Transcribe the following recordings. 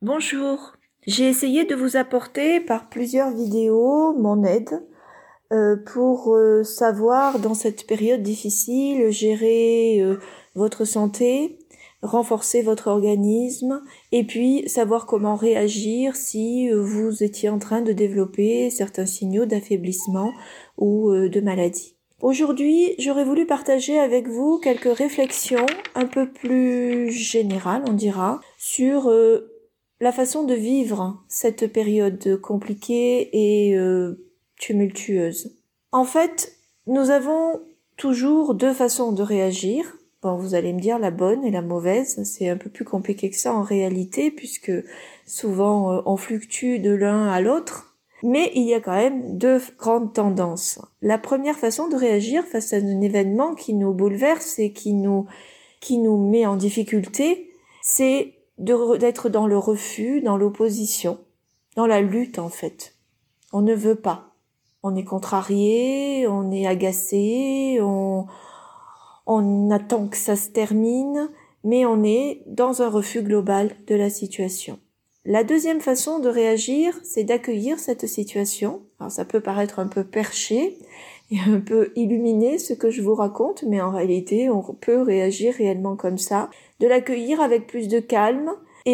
Bonjour, j'ai essayé de vous apporter par plusieurs vidéos mon aide pour savoir dans cette période difficile gérer votre santé, renforcer votre organisme et puis savoir comment réagir si vous étiez en train de développer certains signaux d'affaiblissement ou de maladie. Aujourd'hui, j'aurais voulu partager avec vous quelques réflexions un peu plus générales, on dira, sur la façon de vivre cette période compliquée et tumultueuse. En fait, nous avons toujours deux façons de réagir. Bon, vous allez me dire la bonne et la mauvaise, c'est un peu plus compliqué que ça en réalité, puisque souvent on fluctue de l'un à l'autre. Mais il y a quand même deux grandes tendances. La première façon de réagir face à un événement qui nous bouleverse et qui nous met en difficulté, c'est d'être dans le refus, dans l'opposition, dans la lutte en fait. On ne veut pas. On est contrarié, on est agacé, on attend que ça se termine, mais on est dans un refus global de la situation. La deuxième façon de réagir, c'est d'accueillir cette situation. Alors ça peut paraître un peu perché et un peu illuminé ce que je vous raconte, mais en réalité, on peut réagir réellement comme ça. De l'accueillir avec plus de calme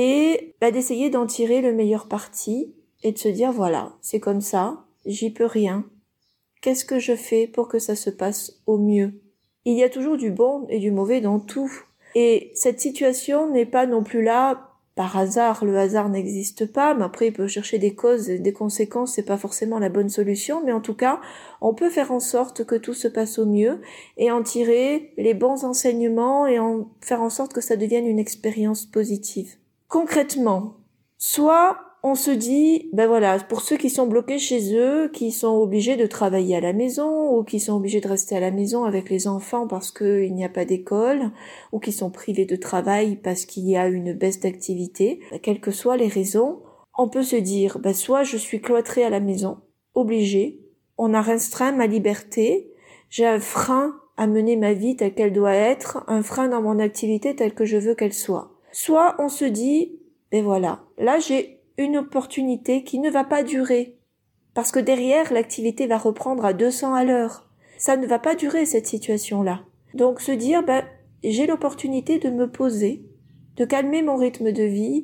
et d'essayer d'en tirer le meilleur parti et de se dire voilà, c'est comme ça, j'y peux rien. Qu'est-ce que je fais pour que ça se passe au mieux? Il y a toujours du bon et du mauvais dans tout. Et cette situation n'est pas non plus là par hasard. Le hasard n'existe pas, mais après il peut chercher des causes et des conséquences, c'est pas forcément la bonne solution, mais en tout cas, on peut faire en sorte que tout se passe au mieux et en tirer les bons enseignements et en faire en sorte que ça devienne une expérience positive. Concrètement, soit on se dit, voilà, pour ceux qui sont bloqués chez eux, qui sont obligés de travailler à la maison, ou qui sont obligés de rester à la maison avec les enfants parce qu'il n'y a pas d'école, ou qui sont privés de travail parce qu'il y a une baisse d'activité, quelles que soient les raisons, on peut se dire, soit je suis cloîtré à la maison, obligé, on a restreint ma liberté, j'ai un frein à mener ma vie telle qu'elle doit être, un frein dans mon activité telle que je veux qu'elle soit. Soit on se dit, voilà, là j'ai une opportunité qui ne va pas durer. Parce que derrière, l'activité va reprendre à 200 à l'heure. Ça ne va pas durer, cette situation-là. Donc se dire, j'ai l'opportunité de me poser, de calmer mon rythme de vie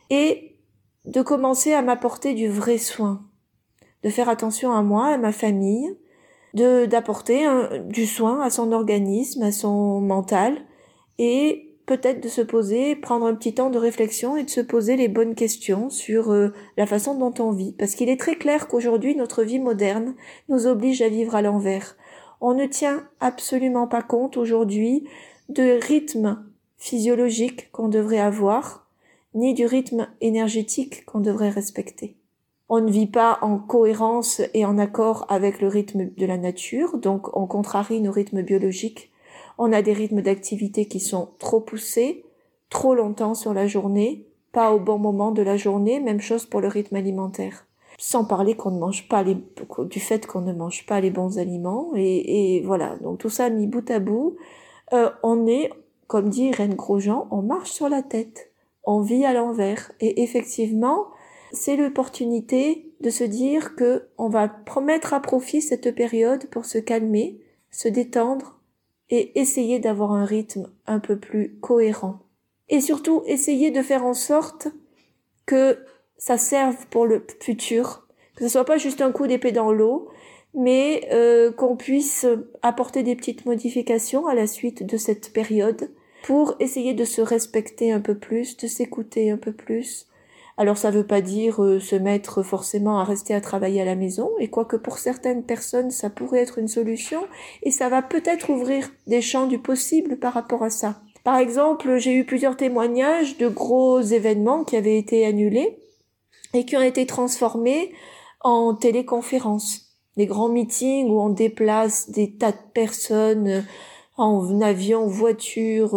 et de commencer à m'apporter du vrai soin. De faire attention à moi, à ma famille, d'apporter du soin à son organisme, à son mental et peut-être de se poser, prendre un petit temps de réflexion et de se poser les bonnes questions sur la façon dont on vit. Parce qu'il est très clair qu'aujourd'hui, notre vie moderne nous oblige à vivre à l'envers. On ne tient absolument pas compte aujourd'hui de rythme physiologique qu'on devrait avoir, ni du rythme énergétique qu'on devrait respecter. On ne vit pas en cohérence et en accord avec le rythme de la nature, donc on contrarie nos rythmes biologiques. On a des rythmes d'activité qui sont trop poussés, trop longtemps sur la journée, pas au bon moment de la journée, même chose pour le rythme alimentaire. Sans parler qu'on ne mange pas du fait qu'on ne mange pas les bons aliments, et voilà. Donc tout ça mis bout à bout, on est, comme dit Irène Grosjean, on marche sur la tête, on vit à l'envers, et effectivement, c'est l'opportunité de se dire que on va mettre à profit cette période pour se calmer, se détendre, et essayer d'avoir un rythme un peu plus cohérent. Et surtout, essayer de faire en sorte que ça serve pour le futur, que ce soit pas juste un coup d'épée dans l'eau, mais qu'on puisse apporter des petites modifications à la suite de cette période pour essayer de se respecter un peu plus, de s'écouter un peu plus. Alors ça veut pas dire se mettre forcément à rester à travailler à la maison, et quoique pour certaines personnes ça pourrait être une solution, et ça va peut-être ouvrir des champs du possible par rapport à ça. Par exemple, j'ai eu plusieurs témoignages de gros événements qui avaient été annulés et qui ont été transformés en téléconférences. Des grands meetings où on déplace des tas de personnes en avion, voiture,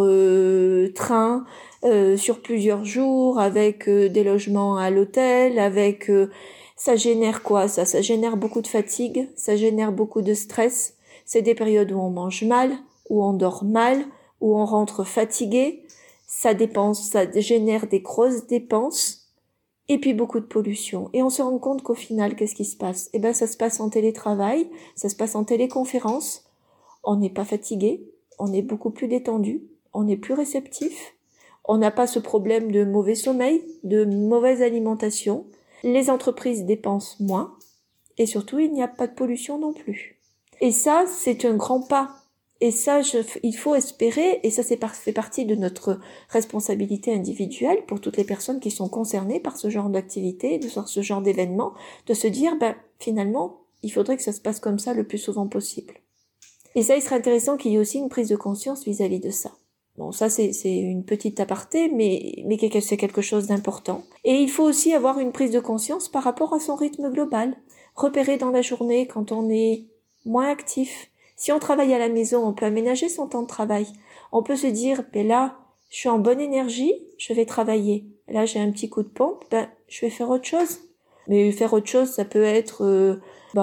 train, sur plusieurs jours, avec des logements à l'hôtel, avec ça génère quoi ça génère beaucoup de fatigue, ça génère beaucoup de stress. C'est des périodes où on mange mal, où on dort mal, où on rentre fatigué. Ça génère des grosses dépenses et puis beaucoup de pollution. Et on se rend compte qu'au final, qu'est-ce qui se passe? Eh ben, ça se passe en télétravail, ça se passe en téléconférence, on n'est pas fatigué, on est beaucoup plus détendu, on est plus réceptif, on n'a pas ce problème de mauvais sommeil, de mauvaise alimentation, les entreprises dépensent moins, et surtout, il n'y a pas de pollution non plus. Et ça, c'est un grand pas. Et ça, il faut espérer, et ça fait partie de notre responsabilité individuelle pour toutes les personnes qui sont concernées par ce genre d'activité, de ce genre d'événement, de se dire, finalement, il faudrait que ça se passe comme ça le plus souvent possible. Et ça, il serait intéressant qu'il y ait aussi une prise de conscience vis-à-vis de ça. Bon, ça, c'est une petite aparté, mais c'est quelque chose d'important. Et il faut aussi avoir une prise de conscience par rapport à son rythme global. Repérer dans la journée quand on est moins actif. Si on travaille à la maison, on peut aménager son temps de travail. On peut se dire, là, je suis en bonne énergie, je vais travailler. Là, j'ai un petit coup de pompe, je vais faire autre chose. Mais faire autre chose, ça peut être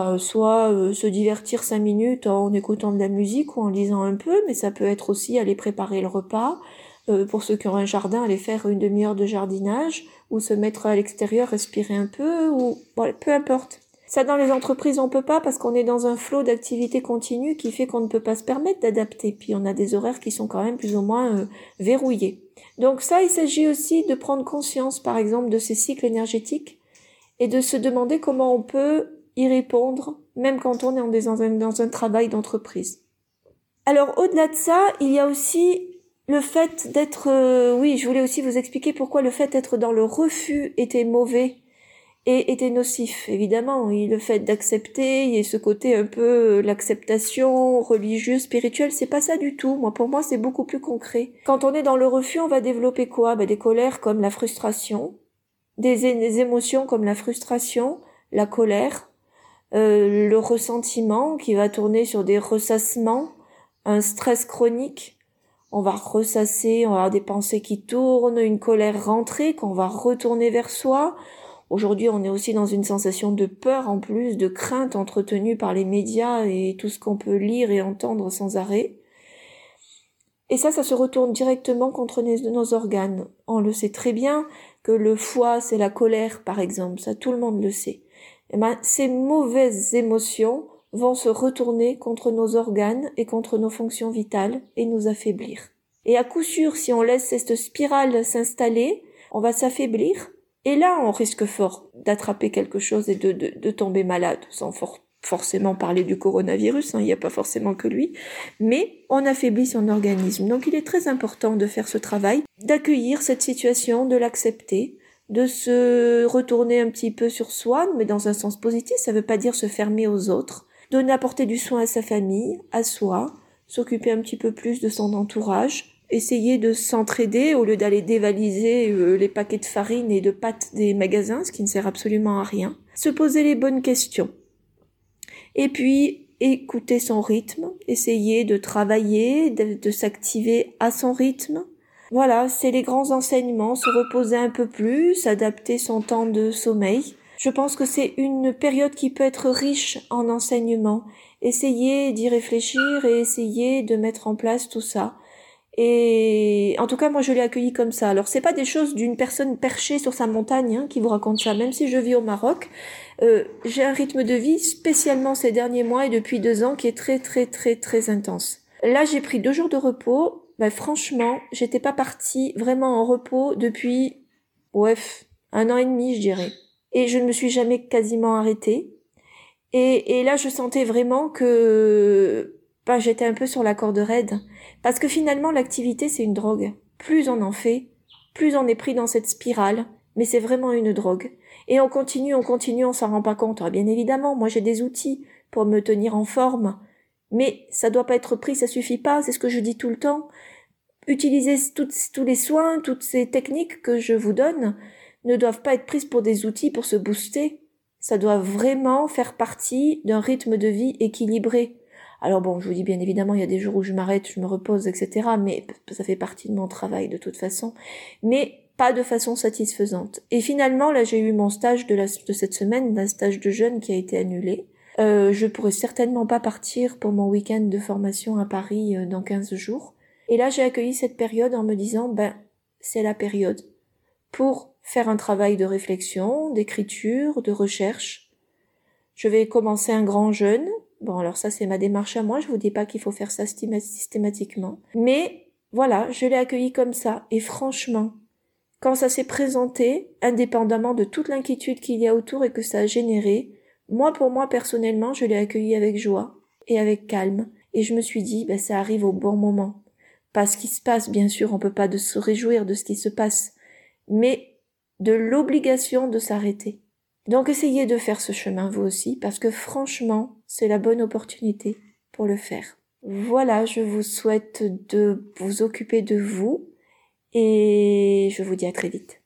soit se divertir 5 minutes en écoutant de la musique ou en lisant un peu, mais ça peut être aussi aller préparer le repas. Pour ceux qui ont un jardin, aller faire une demi-heure de jardinage ou se mettre à l'extérieur, respirer un peu, ou peu importe. Ça, dans les entreprises, on peut pas parce qu'on est dans un flot d'activité continue qui fait qu'on ne peut pas se permettre d'adapter. Puis on a des horaires qui sont quand même plus ou moins verrouillés. Donc ça, il s'agit aussi de prendre conscience, par exemple, de ces cycles énergétiques et de se demander comment on peut y répondre, même quand on est dans un travail d'entreprise. Alors, au-delà de ça, il y a aussi le fait d'être... je voulais aussi vous expliquer pourquoi le fait d'être dans le refus était mauvais et était nocif. Évidemment, oui, le fait d'accepter, il y a ce côté un peu l'acceptation religieuse, spirituelle, c'est pas ça du tout. Pour moi, c'est beaucoup plus concret. Quand on est dans le refus, on va développer quoi? Des colères comme la frustration, des émotions comme la frustration, la colère, le ressentiment qui va tourner sur des ressassements, un stress chronique. On va ressasser, on va avoir des pensées qui tournent, une colère rentrée qu'on va retourner vers soi. Aujourd'hui, on est aussi dans une sensation de peur en plus, de crainte entretenue par les médias et tout ce qu'on peut lire et entendre sans arrêt. Et ça se retourne directement contre nos organes. On le sait très bien que le foie, c'est la colère, par exemple. Ça, tout le monde le sait. Ces mauvaises émotions vont se retourner contre nos organes et contre nos fonctions vitales et nous affaiblir. Et à coup sûr, si on laisse cette spirale s'installer, on va s'affaiblir. Et là, on risque fort d'attraper quelque chose et de tomber malade, sans forcément parler du coronavirus, il n'y a pas forcément que lui, mais on affaiblit son organisme. Donc il est très important de faire ce travail, d'accueillir cette situation, de l'accepter, de se retourner un petit peu sur soi, mais dans un sens positif, ça ne veut pas dire se fermer aux autres, donner apporter du soin à sa famille, à soi, s'occuper un petit peu plus de son entourage, essayer de s'entraider au lieu d'aller dévaliser les paquets de farine et de pâtes des magasins, ce qui ne sert absolument à rien. Se poser les bonnes questions. Et puis, écouter son rythme, essayer de travailler, de s'activer à son rythme. Voilà, c'est les grands enseignements, se reposer un peu plus, adapter son temps de sommeil. Je pense que c'est une période qui peut être riche en enseignements. Essayer d'y réfléchir et essayer de mettre en place tout ça. Et en tout cas, moi, je l'ai accueilli comme ça. Alors, c'est pas des choses d'une personne perchée sur sa montagne qui vous raconte ça. Même si je vis au Maroc, j'ai un rythme de vie spécialement ces derniers mois et depuis 2 ans qui est très, très, très, très intense. Là, j'ai pris 2 jours de repos. Franchement, j'étais pas partie vraiment en repos depuis, 1 an et demi, je dirais. Et je ne me suis jamais quasiment arrêtée. Et là, je sentais vraiment que j'étais un peu sur la corde raide. Parce que finalement, l'activité, c'est une drogue. Plus on en fait, plus on est pris dans cette spirale. Mais c'est vraiment une drogue. Et on continue, on s'en rend pas compte. Alors, bien évidemment, moi, j'ai des outils pour me tenir en forme. Mais ça doit pas être pris, ça suffit pas. C'est ce que je dis tout le temps. Utilisez tous les soins, toutes ces techniques que je vous donne ne doivent pas être prises pour des outils pour se booster. Ça doit vraiment faire partie d'un rythme de vie équilibré. Alors bon, je vous dis bien évidemment, il y a des jours où je m'arrête, je me repose, etc. Mais ça fait partie de mon travail de toute façon. Mais pas de façon satisfaisante. Et finalement, là, j'ai eu mon stage de cette semaine, un stage de jeûne qui a été annulé. Je pourrais certainement pas partir pour mon week-end de formation à Paris dans 15 jours. Et là, j'ai accueilli cette période en me disant, c'est la période pour faire un travail de réflexion, d'écriture, de recherche. Je vais commencer un grand jeûne. Bon, alors ça, c'est ma démarche à moi. Je vous dis pas qu'il faut faire ça systématiquement. Mais voilà, je l'ai accueilli comme ça. Et franchement, quand ça s'est présenté, indépendamment de toute l'inquiétude qu'il y a autour et que ça a généré, moi, pour moi, personnellement, je l'ai accueilli avec joie et avec calme. Et je me suis dit, ben, ça arrive au bon moment. Pas ce qui se passe, bien sûr, on peut pas se réjouir de ce qui se passe, mais de l'obligation de s'arrêter. Donc essayez de faire ce chemin vous aussi, parce que franchement, c'est la bonne opportunité pour le faire. Voilà, je vous souhaite de vous occuper de vous, et je vous dis à très vite.